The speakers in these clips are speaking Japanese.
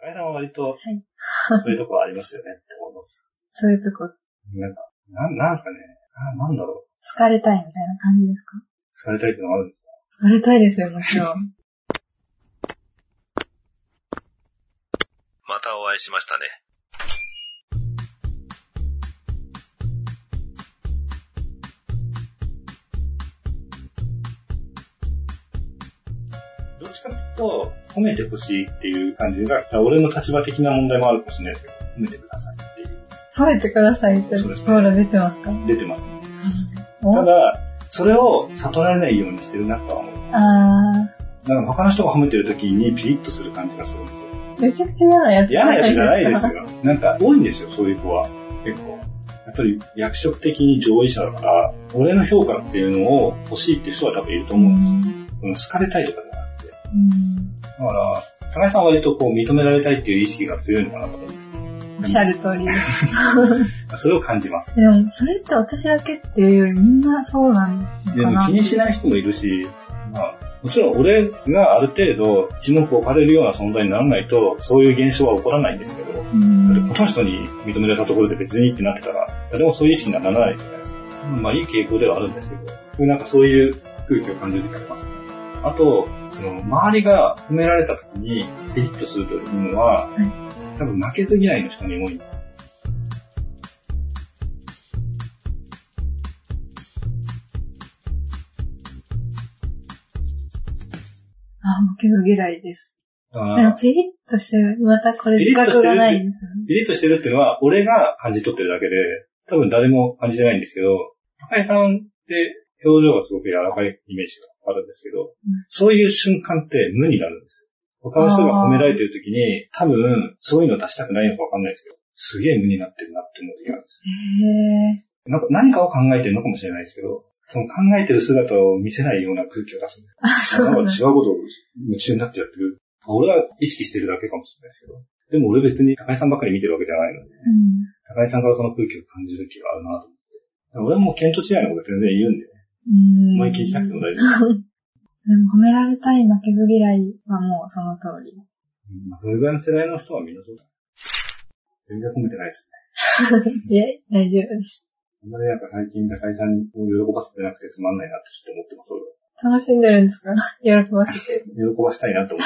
高井さんは割と、 はい。 そういうとこありますよねって思います。 そういうとこ。 なんか、なんすかね。なんだろう。 疲れたいみたいな感じですか？ 疲れたいってのがあるんです疲れたいですよ、もちろん。 またお会いしましたね。 どっちかというと、褒めてほしいっていう感じが、俺の立場的な問題もあるかもしれないですけど、褒めてくださいっていう。 褒めてくださいって、 そうですね。 ほら出てますか？ 出てます。 おただ、それを悟られないようにしてるなとは思う。だから他の人が褒めてる時にピリッとする感じがするんですよ。 めちゃくちゃ嫌なやつ。 嫌なやつじゃないですよ。なんか多いんですよ、そういう子は。結構。やっぱり役職的に上位者だから、俺の評価っていうのを欲しいっていう人は多分いると思うんですよ。好かれたいとかじゃなくて。だから、高井さんは割とこう認められたいっていう意識が強いのかなと思うんですよ。 おっしゃる通りです。 それを感じます。 でも、それって私だけっていうよりみんなそうなんのかな。 でも気にしない人もいるし、まあ、もちろん俺がある程度一目置かれるような存在にならないと、そういう現象は起こらないんですけど、だってこの人に認められたところで別にってなってたら、誰もそういう意識にならないじゃないですか。まあいい傾向ではあるんですけど、なんかそういう空気を感じる時ありますね。あと、周りが褒められた時にピリッとするというのは、多分負けず嫌いの人に多いんです。 負けず嫌いです。でもピリッとしてる。またこれ自覚がないんですよね。 ピリッとしてるっていうのは、俺が感じ取ってるだけで、多分誰も感じてないんですけど、高井さんって表情がすごく柔らかいイメージがあるんですけど、そういう瞬間って無になるんですよ。他の人が褒められてる時に、多分そういうの出したくないのかわかんないですけど、すげえ無になってるなって思う時があるんですよ。なんか何かを考えてるのかもしれないですけど、その考えてる姿を見せないような空気を出すんです。なんか違うことを夢中になってやってる。俺は意識してるだけかもしれないですけど。でも俺別に高井さんばっかり見てるわけじゃないので、高井さんからその空気を感じる気があるなと思って。俺も見当違いのこと全然言うんで、思い切りしなくても大丈夫です。 でも褒められたい負けず嫌いはもうその通り。 それぐらいの世代の人はみんなそうだ。全然褒めてないですね。 いえ、大丈夫です。 あんまりなんか最近高井さんを喜ばせてなくてつまんないなってちょっと思ってます。 楽しんでるんですか？喜ばせて。 喜ばしたいなと思って。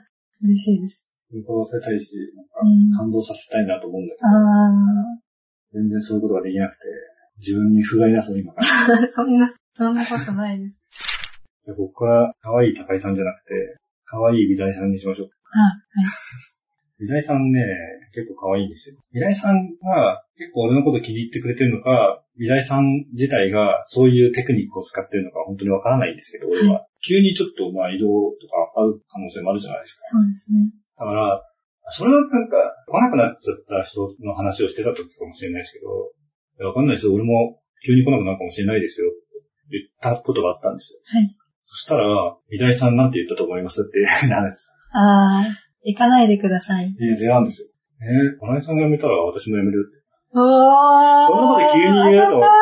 嬉しいです。 喜ばせたいし、なんか感動させたいなと思うんだけど、全然そういうことができなくて、自分に不甲斐なさを今感じて。 そんなことないです。 じゃあここから可愛い高井さんじゃなくて、可愛い美大さんにしましょう。 はい。 美大さんね、結構可愛いんですよ。美大さんが結構俺のこと気に入ってくれてるのか、美大さん自体がそういうテクニックを使ってるのか本当にわからないんですけど、俺は。急にちょっと移動とか会う可能性もあるじゃないですか。 そうですね。 だから、それはなんか来なくなっちゃった人の話をしてた時かもしれないですけど、わかんないですよ。俺も急に来なくなるかもしれないですよ。って言ったことがあったんですよ。 はい。 そしたら、美大さんなんて言ったと思いますって話です。 行かないでください。 いや、違うんですよ。金井さんが辞めたら私も辞めるって。 そんなこと急に言うと思って、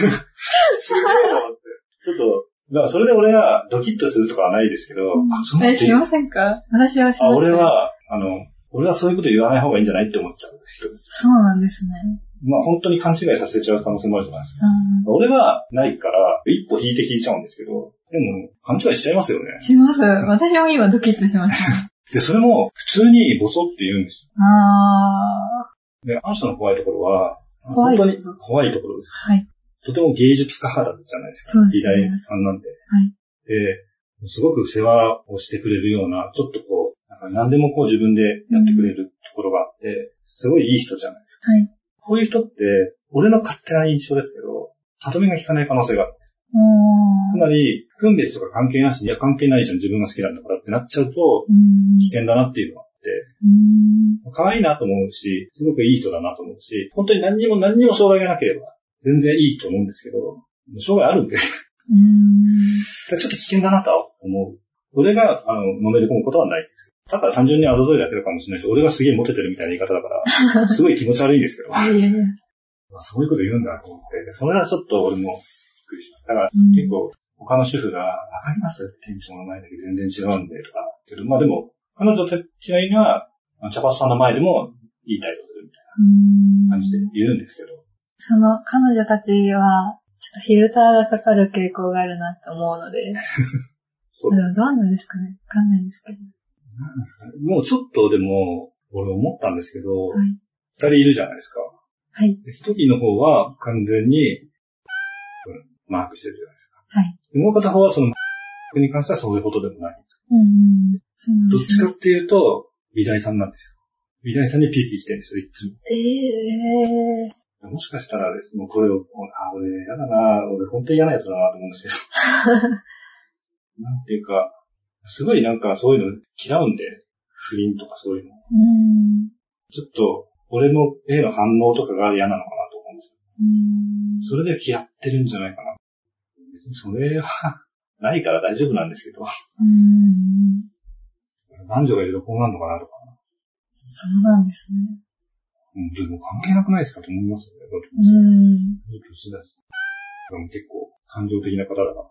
すげえと思って。ちょっと、だからそれで俺がドキッとするとかはないですけど、 しませんか？私はします。 俺はそういうこと言わない方がいいんじゃないって思っちゃう人です。 そうなんですね。 本当に勘違いさせちゃう可能性もあるじゃないですか。俺はないから、一歩引いて引いちゃうんですけど、でも、勘違いしちゃいますよね。 します。私も今ドキッとしました。 で、それも普通にボソって言うんですよ。で、あの人の怖いところは、本当に怖いところです。 はい。 とても芸術家肌じゃないですか。 そうですね。 美大さんなんで。 はい。 で、すごく世話をしてくれるような、ちょっとこう、なんか何でもこう自分でやってくれるところがあって、すごいいい人じゃないですか。 はい。 こういう人って、俺の勝手な印象ですけど、歯止めが効かない可能性があるんです。つまり、分別とか関係なしに、いや関係ないじゃん、自分が好きなんだからってなっちゃうと、危険だなっていうのがあって、可愛いなと思うし、すごくいい人だなと思うし、本当に何にも障害がなければ、全然いいと思うんですけど、障害あるんで、ちょっと危険だなとは思う。俺が、のめり込むことはないんですけど。ただ単純にあざといだけかもしれないし、俺がすげえモテてるみたいな言い方だから、すごい気持ち悪いんですけど。そういうこと言うんだと思って、それはちょっと俺もびっくりした。だから、結構、他の主婦が、わかりますテンションの前だけ全然違うんで、とか。でも、彼女たちが茶髪さんの前でもいい態度するみたいな感じで言うんですけど。 その彼女たちは、ちょっとフィルターがかかる傾向があるなって思うので。 そうです。 どうなんですかね、わかんないんですけど。 なんですかね。もうちょっとでも、俺思ったんですけど、 はい、 二人いるじゃないですか。 はい。 一人の方は完全に、マークしてるじゃないですか。 はい。 もう片方はその、に関してはそういうことでもない。 そうなんですね。 どっちかっていうと、美大さんなんですよ。美大さんにピーピー来てるんですよ、いつも。もしかしたらです、もうこれを、俺嫌だな、俺本当に嫌なやつだなと思うんですけど。なんていうか、すごいなんかそういうの嫌うんで、不倫とかそういうの。ちょっと、俺の絵の反応とかが嫌なのかなと思うんですよ。それで嫌ってるんじゃないかな。別にそれはないから大丈夫なんですけど。男女がいるとこうなるのかなとか。 そうなんですね。 でも関係なくないですかと思いますよね。いい年だし。結構感情的な方だから。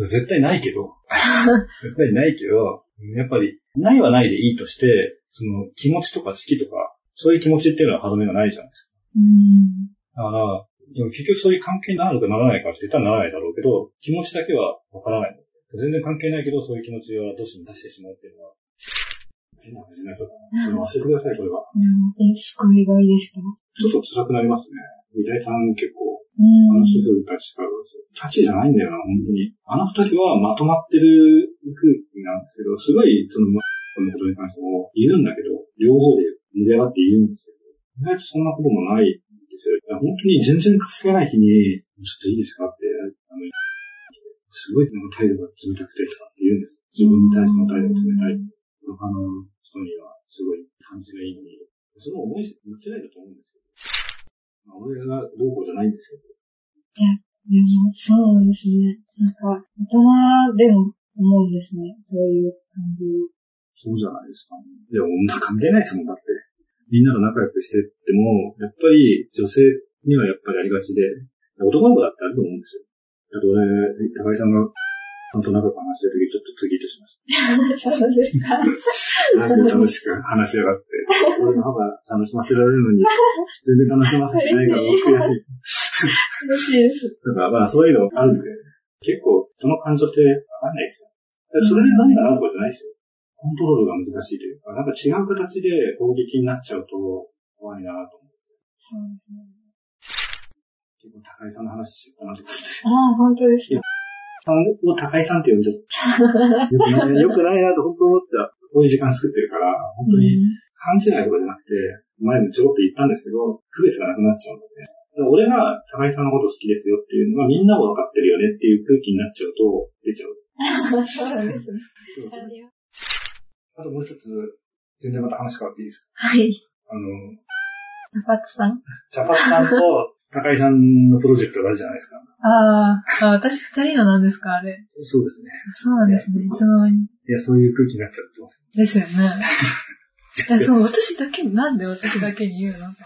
絶対ないけど。絶対ないけど、やっぱり、ないはないでいいとして、その気持ちとか好きとか、そういう気持ちっていうのは歯止めがないじゃないですか。だから、でも結局そういう関係になるかならないかって言ったらならないだろうけど、気持ちだけはわからない。全然関係ないけど、そういう気持ちはどうしても出してしまうっていうのは、変な話になりそうだな。それ忘れてください、これは。 すごい意外でした。 ちょっと辛くなりますね。美大さん結構、主婦たちからたちじゃないんだよな、本当に。あの二人はまとまってる空気なんですけど、すごい、そのことに関しても言うんだけど、両方で盛り上がって言うんですけど、意外とそんなこともないんですよ。本当に全然関係ない日に、ちょっといいですかって、すごい態度が冷たくてとかって言うんです。自分に対しての態度が冷たいって。他の人にはすごい感じがいいのに、その思い間違いだと思うんですけど。俺がどうこうじゃないんですけど。 いや、でも、そうなんですね。なんか、大人でも思うんですね。そういう感じ。 そうじゃないですか。いや、女関係ないですもん、だって。みんなと仲良くしてっても、やっぱり女性にはやっぱりありがちで、男の子だってあると思うんですよ。あと俺、高井さんが、ちゃんと仲良く話してるときちょっとツイートしました。 そうですか。 楽しく話しやがって。俺の方が楽しませられるのに、全然楽しませてないから悔しいです。 嬉しいです。 だからまあそういうのあるんで、結構その感情ってわかんないですよ。それで何が何とかじゃないですよ。コントロールが難しいというか、なんか違う形で攻撃になっちゃうと怖いなと思って。 そうですね。 結構高井さんの話しちゃったなと思って。 本当ですか。 もう高井さんって呼んじゃった。よくないなと本当思っちゃう。こういう時間作ってるから、本当に勘違いとかじゃなくて、前もちょろっと言ったんですけど、区別がなくなっちゃうので、俺が高井さんのこと好きですよっていうのはみんなも分かってるよねっていう空気になっちゃうと出ちゃう。 そうなんですね。 あともう一つ、全然また話変わっていいですか？ はい。茶髪さんと高井さんのプロジェクトがあるじゃないですか。 私二人のなんですか、あれ。 そうですね。 そうなんですね。いつの間に。 いや、そういう空気になっちゃってます。 ですよね。そう、私だけに、なんで私だけに言うのと思って。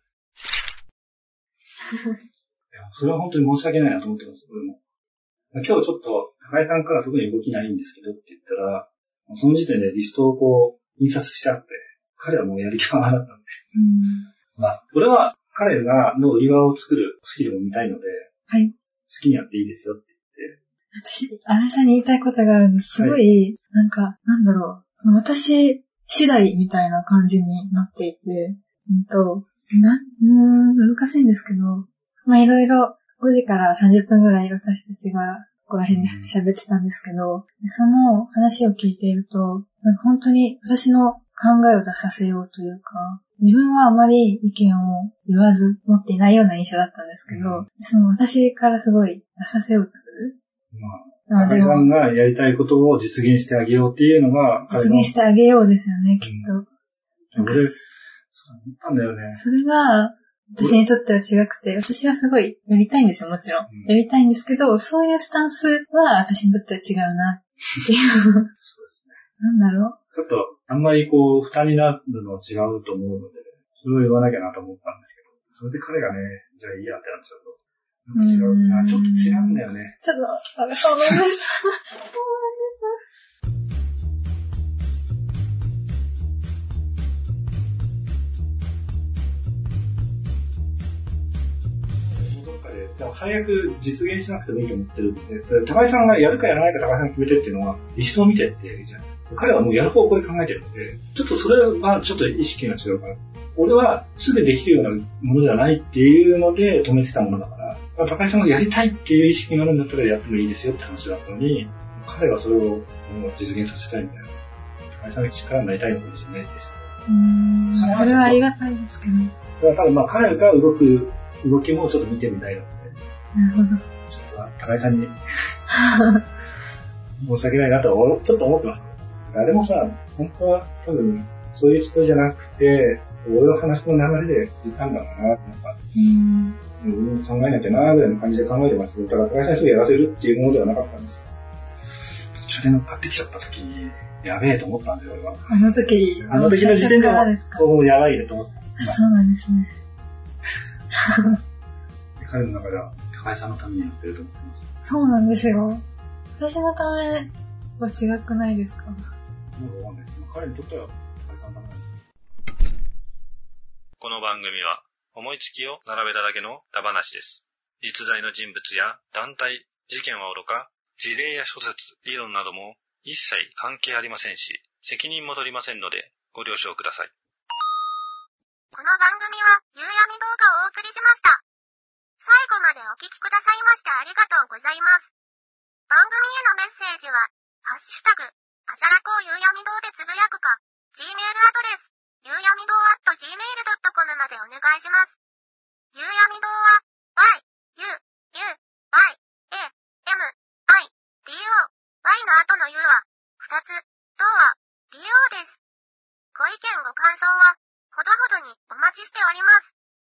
それは本当に申し訳ないなと思ってます、俺も。今日ちょっと、高井さんから特に動きないんですけどって言ったら、その時点でリストをこう、印刷しちゃって、彼はもうやる気はなかったんで。まあ、これは彼の売り場を作るスキルを見たいので、はい。好きにやっていいですよって言って。 私、新井さんに言いたいことがあるんです。すごい、なんか、なんだろう。その私次第みたいな感じになっていて、難しいんですけど、まあいろいろ5時から30分ぐらい私たちがここら辺で喋ってたんですけど、その話を聞いていると、本当に私の考えを出させようというか、自分はあまり意見を言わず持っていないような印象だったんですけど、その私からすごい出させようとする。 高井さんがやりたいことを実現してあげようっていうのが、 実現してあげようですよね、きっと。 俺、そう言ったんだよね。 それが、私にとっては違くて、私はすごいやりたいんですよ、もちろん。やりたいんですけど、そういうスタンスは私にとっては違うなっていう。そうですね。なんだろう。 ちょっと、あんまりこう、負担になるのは違うと思うので、それを言わなきゃなと思ったんですけど、それで彼がね、じゃあいいやってなっちゃうと、違うな。ちょっと違うんだよね。 ちょっと、そうなんです。 でも最悪実現しなくてもいいと思ってるんで、高井さんがやるかやらないか高井さんが決めてるっていうのは、リストを見てってじゃん。彼はもうやる方向で考えてるので、ちょっとそれはちょっと意識が違うかな。俺はすぐできるようなものではないっていうので止めてたものだから、高井さんがやりたいっていう意識があるんだったらやってもいいですよって話だったのに、彼はそれをもう実現させたいみたいな。高井さんの力になりたいのかもしれないです。 それはありがたいですけど。 だから多分彼が動きもちょっと見てみたいので。 なるほど。 ちょっと高井さんに申し訳ないなとちょっと思ってます。でもさ、本当は多分そういう人じゃなくて、俺の話の流れで言ったんだろうな、なんか。考えなきゃな、ぐらいの感じで考えてますけど、ただ高井さんにすぐやらせるっていうものではなかったんですよ。途中で乗っかってきちゃった時、やべえと思ったんだよ、俺は。 あの時の時点でもうやばいねと思って。 そうなんですね。 彼の中では高井さんのためにやってると思ってます。 そうなんですよ。私のためは違くないですか？ わかんない。彼にとっては高井さんのためなんです。 この番組は思いつきを並べただけのダ話です。実在の人物や団体、事件はおろか、事例や諸説、理論なども一切関係ありませんし、責任も取りませんのでご了承ください。 この番組は夕闇動画をお送りしました。最後までお聞きくださいましてありがとうございます。番組へのメッセージは、ハッシュタグ、あじゃらこ夕闇堂でつぶやくか、Gmail アドレス、夕闇堂@gmail.com までお願いします。夕闇堂は、y, u, u, y, a, m, i, d, o, y の後の u は、2つ、堂は、do です。ご意見ご感想は、ほどほどにお待ちしております。